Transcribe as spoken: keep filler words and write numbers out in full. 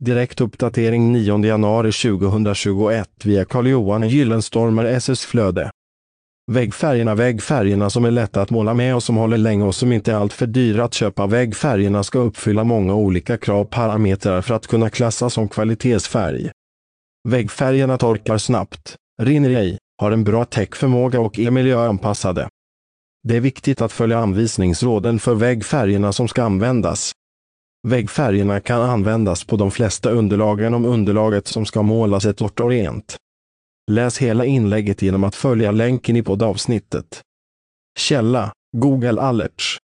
Direktuppdatering nionde januari tjugohundratjugoett via Carl-Johan Gyllenstormer S S-flöde. Väggfärgerna Väggfärgerna som är lätta att måla med och som håller länge och som inte är allt för dyra att köpa. Väggfärgerna ska uppfylla många olika kravparametrar för att kunna klassas som kvalitetsfärg. Väggfärgerna torkar snabbt, rinner ej, har en bra täckförmåga och är miljöanpassade. Det är viktigt att följa anvisningsråden för väggfärgerna som ska användas. Väggfärgerna kan användas på de flesta underlagen om underlaget som ska målas är torrt och rent. Läs hela inlägget genom att följa länken i poddavsnittet. Källa: Google Alerts.